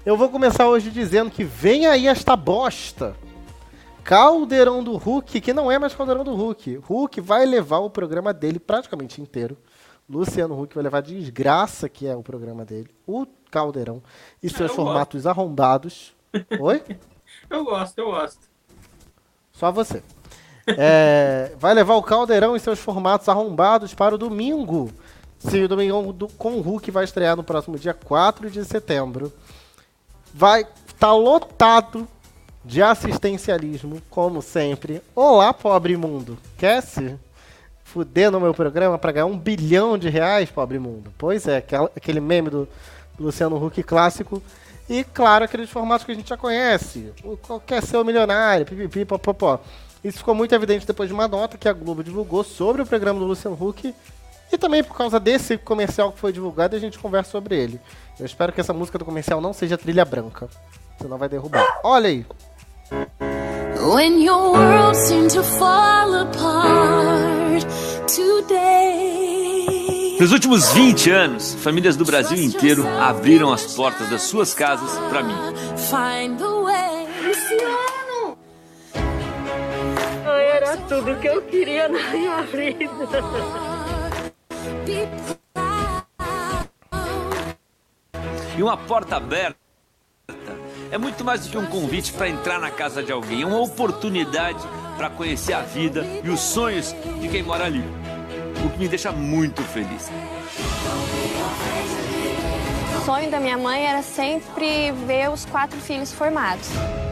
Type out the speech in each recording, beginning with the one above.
Eu vou começar hoje dizendo que vem aí esta bosta. Caldeirão do Hulk, que não é mais Caldeirão do Hulk. Hulk vai levar o programa dele praticamente inteiro. Luciano Huck vai levar a desgraça que é o programa dele. O Caldeirão e seus formatos arrombados. Oi? Eu gosto. Só você. Vai levar o Caldeirão e seus formatos arrombados para o domingo. Sim, o Domingão com o Hulk vai estrear no próximo dia 4 de setembro. Vai estar lotado de assistencialismo, como sempre. Olá, pobre mundo. Quer se fuder no meu programa para ganhar R$1 bilhão, pobre mundo? Pois é, aquele meme do Luciano Huck clássico. E, claro, aqueles formatos que a gente já conhece. O Quer Ser o Milionário, pipipi, popopó. Isso ficou muito evidente depois de uma nota que a Globo divulgou sobre o programa do Luciano Huck. E também por causa desse comercial que foi divulgado, a gente conversa sobre ele. Eu espero que essa música do comercial não seja trilha branca. Senão vai derrubar. Olha aí. When your world seemed to fall apart today. Nos últimos 20 anos, famílias do Brasil inteiro abriram as portas das suas casas para mim. Find the way. Luciano! Era tudo que eu queria na minha vida. E uma porta aberta é muito mais do que um convite para entrar na casa de alguém. É uma oportunidade para conhecer a vida e os sonhos de quem mora ali. O que me deixa muito feliz. O sonho da minha mãe era sempre ver os 4 filhos formados.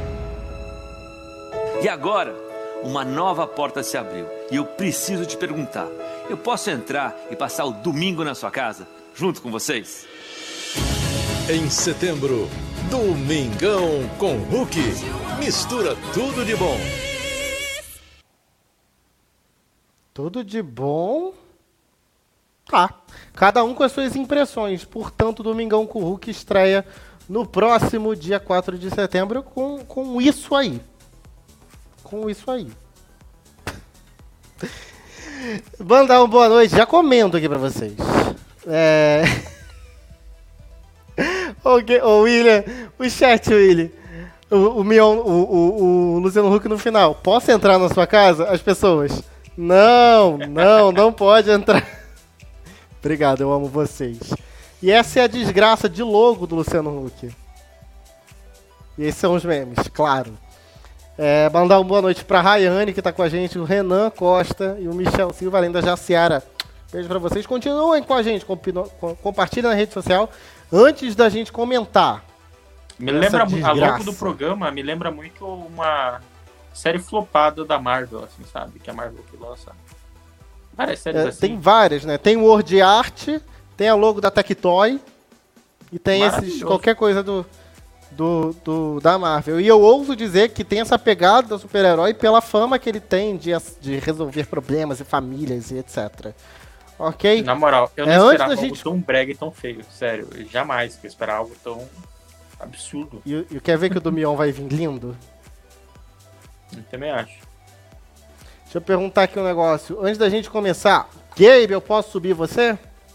E agora, uma nova porta se abriu. E eu preciso te perguntar: eu posso entrar e passar o domingo na sua casa, junto com vocês? Em setembro, Domingão com Huck. Mistura tudo de bom. Tudo de bom? Tá. Cada um com as suas impressões. Portanto, Domingão com Huck estreia no próximo dia 4 de setembro com isso aí. Com isso aí. Mandar uma boa noite. Já comento aqui pra vocês. O William, o chat, William. O Luciano Huck no final. Posso entrar na sua casa? As pessoas. Não pode entrar. Obrigado, eu amo vocês. E essa é a desgraça de logo do Luciano Huck. E esses são os memes, claro. Mandar uma boa noite pra Rayane, que tá com a gente, o Renan Costa e o Michel Silva, além da Jaciara. Beijo pra vocês. Continuem com a gente, compartilhem na rede social antes da gente comentar. Me lembra muito, a logo do programa me lembra muito uma série flopada da Marvel, assim, sabe? Que a Marvel que lança várias séries assim. Tem várias, né? Tem o Word Art, tem a logo da Tectoy e tem qualquer coisa da Marvel. E eu ouso dizer que tem essa pegada do super-herói pela fama que ele tem de resolver problemas e famílias e etc. Ok? Na moral, eu não esperava algo tão brega e tão feio. Sério, eu jamais que esperar algo tão absurdo. E quer ver que o do Mion vai vir lindo? Eu também acho. Deixa eu perguntar aqui um negócio. Antes da gente começar, Gabe, eu posso subir você?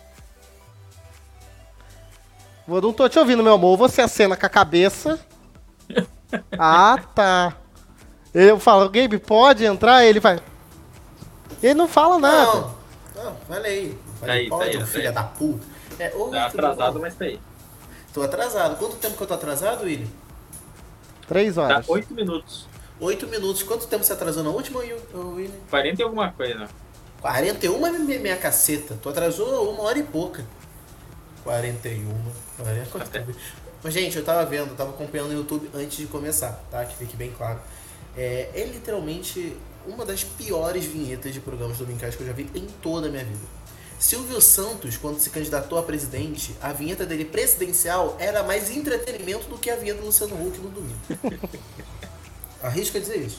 Não tô te ouvindo, meu amor. Você acena com a cabeça. Ah, tá. Eu falo, Gabe, pode entrar? Ele vai... Ele não fala nada. Não, olha aí. Pode, filha da puta. Tá atrasado, mas tá aí. Tô atrasado. Quanto tempo que eu tô atrasado, William? 3 horas. Tá, 8 minutos. 8 minutos. Quanto tempo você atrasou na última, William? 40 e alguma coisa. 41 minha caceta. Tu atrasou 1 hora e pouca. 41. Mas, gente, eu tava acompanhando no YouTube antes de começar, tá? Que fique bem claro. É literalmente uma das piores vinhetas de programas dominicais que eu já vi em toda a minha vida. Silvio Santos, quando se candidatou a presidente, a vinheta dele presidencial era mais entretenimento do que a vinheta do Luciano Huck no domingo. Arrisco a dizer isso.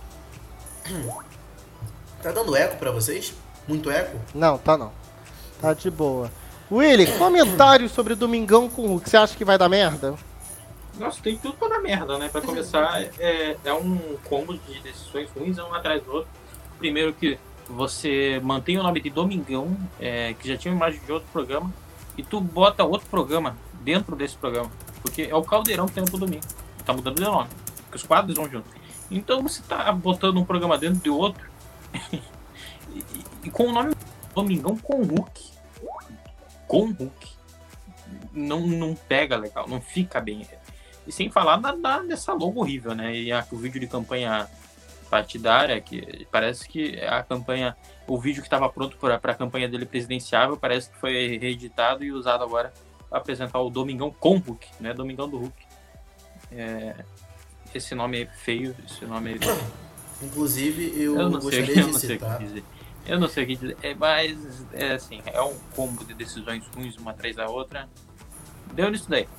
Tá dando eco pra vocês? Muito eco? Não, tá não. Tá de boa. Willy, comentários sobre Domingão com Huck. Você acha que vai dar merda? Nossa, tem tudo pra dar merda, né? Pra começar, é um combo de decisões ruins, um atrás do outro. Primeiro que você mantém o nome de Domingão, que já tinha uma imagem de outro programa, e tu bota outro programa dentro desse programa. Porque é o Caldeirão que tem pro domingo. Tá mudando de nome. Porque os quadros vão junto. Então você tá botando um programa dentro de outro. e com o nome Domingão com Hulk. Com Hulk. Não pega legal, não fica bem. E sem falar dessa logo horrível, né? E o vídeo de campanha partidária, que parece que a campanha, o vídeo que estava pronto para a campanha dele presidenciável, parece que foi reeditado e usado agora para apresentar o Domingão com Hulk, né? Domingão do Hulk. Esse nome é feio, esse nome é... Inclusive, eu gostaria de citar... Eu não sei o que dizer, mas assim, é um combo de decisões ruins uma atrás da outra. Deu nisso daí.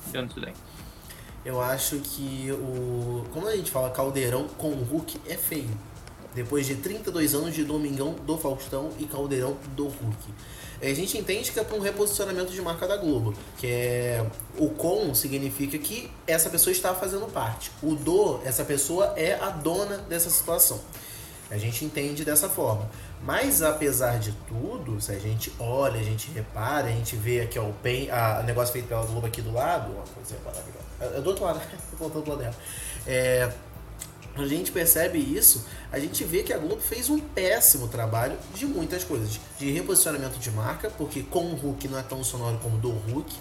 Eu acho que como a gente fala Caldeirão com o Hulk, é feio. Depois de 32 anos de Domingão do Faustão e Caldeirão do Hulk. A gente entende que é para um reposicionamento de marca da Globo. Que é... O com significa que essa pessoa está fazendo parte. O do, essa pessoa é a dona dessa situação. A gente entende dessa forma. Mas apesar de tudo, se a gente olha, a gente repara, a gente vê aqui ó, o negócio feito pela Globo aqui do lado, uma coisa maravilhosa. É do outro lado, voltando do lado dela. A gente percebe isso, a gente vê que a Globo fez um péssimo trabalho de muitas coisas. De reposicionamento de marca, porque com o Hulk não é tão sonoro como do Hulk.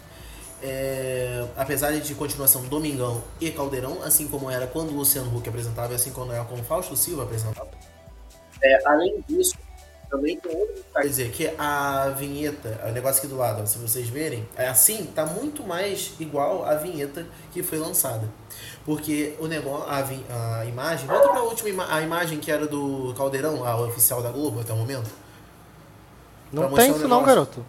Apesar de continuação Domingão e Caldeirão, assim como era quando o Luciano Huck apresentava e assim como era quando o Fausto Silva apresentava. Além disso, também tem outro quer dizer que a vinheta, o negócio aqui do lado, se vocês verem, assim, tá muito mais igual à vinheta que foi lançada. Porque o negócio, a imagem, volta pra última a imagem que era do Caldeirão, a oficial da Globo até o momento. Não tem isso não, garoto.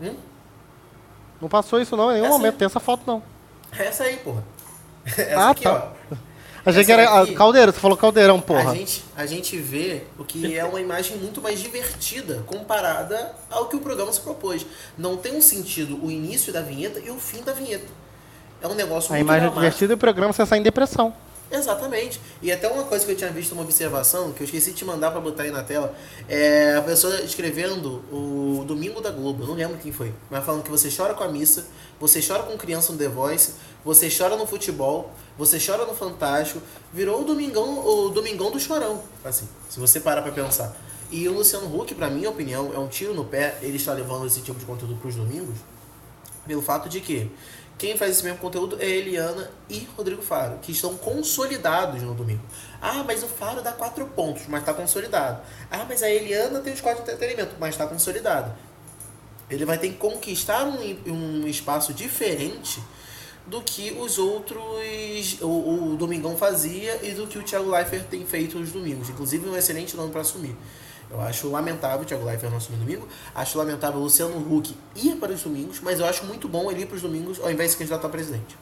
Não passou isso não em nenhum momento, tem essa foto não. É essa aí, porra. Essa aqui, tá. ó. Achei que era Caldeirão, você falou Caldeirão, porra. A gente vê o que é uma imagem muito mais divertida comparada ao que o programa se propôs. Não tem um sentido o início da vinheta e o fim da vinheta. É um negócio muito imagem divertida e o programa você sai em depressão. Exatamente. E até uma coisa que eu tinha visto, uma observação, que eu esqueci de te mandar pra botar aí na tela, a pessoa escrevendo o Domingo da Globo, eu não lembro quem foi, mas falando que você chora com a missa, você chora com criança no The Voice, você chora no futebol, você chora no Fantástico, virou o Domingão do Chorão, assim, se você parar pra pensar. E o Luciano Huck, pra minha opinião, é um tiro no pé, ele está levando esse tipo de conteúdo pros domingos, pelo fato de que quem faz esse mesmo conteúdo é a Eliana e Rodrigo Faro, que estão consolidados no domingo. Mas o Faro dá 4 pontos, mas está consolidado. Mas a Eliana tem os 4 de entretenimento, mas está consolidado. Ele vai ter que conquistar um espaço diferente do que os outros, o Domingão fazia e do que o Thiago Leifert tem feito nos domingos. Inclusive um excelente nome para assumir. Eu acho lamentável o Thiago Leifert não assumir domingo. Acho lamentável o Luciano Huck ir para os domingos, mas eu acho muito bom ele ir para os domingos ao invés de se candidatar a presidente.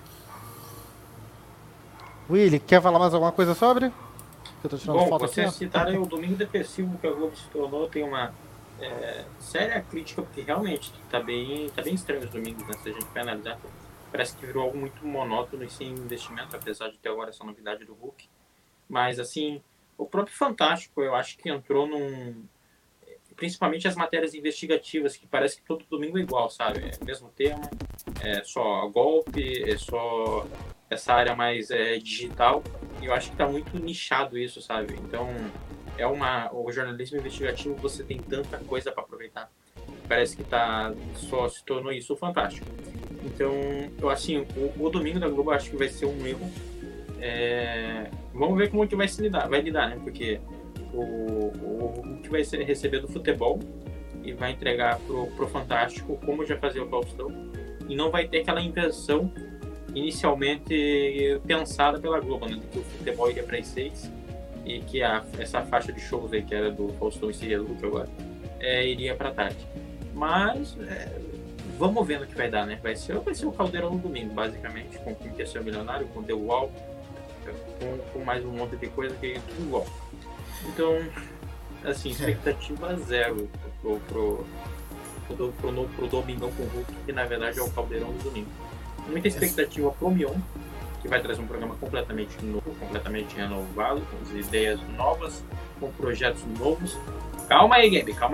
Willy, quer falar mais alguma coisa sobre? Eu tô tirando Bom, foto vocês aqui, citaram o Domingo Depressivo que a Globo se tornou, tem uma séria crítica, porque realmente tá bem estranho os domingos, né? Se a gente vai analisar, parece que virou algo muito monótono e sem investimento, apesar de ter agora essa novidade do Huck. Mas assim, o próprio Fantástico, eu acho que entrou principalmente as matérias investigativas, que parece que todo domingo é igual, sabe? É o mesmo tema, é só golpe, é só essa área mais digital. E eu acho que tá muito nichado isso, sabe? Então, o jornalismo investigativo, você tem tanta coisa para aproveitar. Parece que só se tornou isso o Fantástico. Então, o Domingo da Globo eu acho que vai ser um erro. Vamos ver como que vai lidar, né? Porque o que vai receber do futebol e vai entregar pro Fantástico, como já fazia o Faustão, e não vai ter aquela inversão inicialmente pensada pela Globo, né? Que o futebol iria para as 6 e que essa faixa de shows aí que era do Faustão e se reluta agora iria para tarde. Mas vamos ver no que vai dar, né? Vai ser o Caldeirão no domingo, basicamente, com quem quer ser milionário, com The Wall, com mais um monte de coisa que é tudo igual. Então, assim, expectativa zero pro Domingão com o Hulk, que na verdade é o Caldeirão do domingo. Muita expectativa pro Mion, que vai trazer um programa completamente novo, completamente renovado, com ideias novas, com projetos novos. Calma aí, Gabi, calma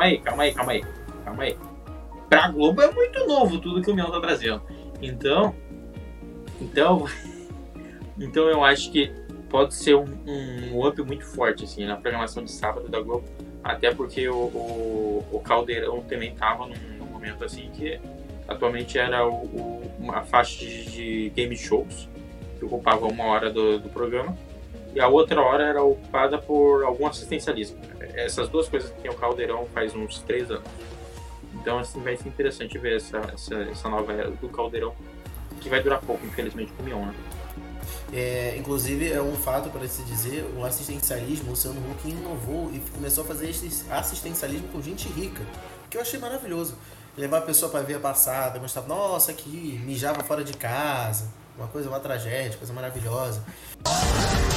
aí. Pra Globo é muito novo tudo que o Mion tá trazendo. Então, Então eu acho que pode ser um up muito forte assim, na programação de sábado da Globo, até porque o Caldeirão também estava num momento assim que atualmente era uma faixa de game shows, que ocupava 1 hora do programa, e a outra hora era ocupada por algum assistencialismo. Essas duas coisas que tem o Caldeirão faz uns 3 anos. Então assim, vai ser interessante ver essa nova era do Caldeirão, que vai durar pouco, infelizmente, com o Mion, né? Inclusive, é um fato para se dizer, o assistencialismo, o Luciano Huck inovou e começou a fazer esse assistencialismo com gente rica, que eu achei maravilhoso. Levar a pessoa para ver a passada, mostrar, nossa, aqui, mijava fora de casa, uma tragédia, coisa maravilhosa.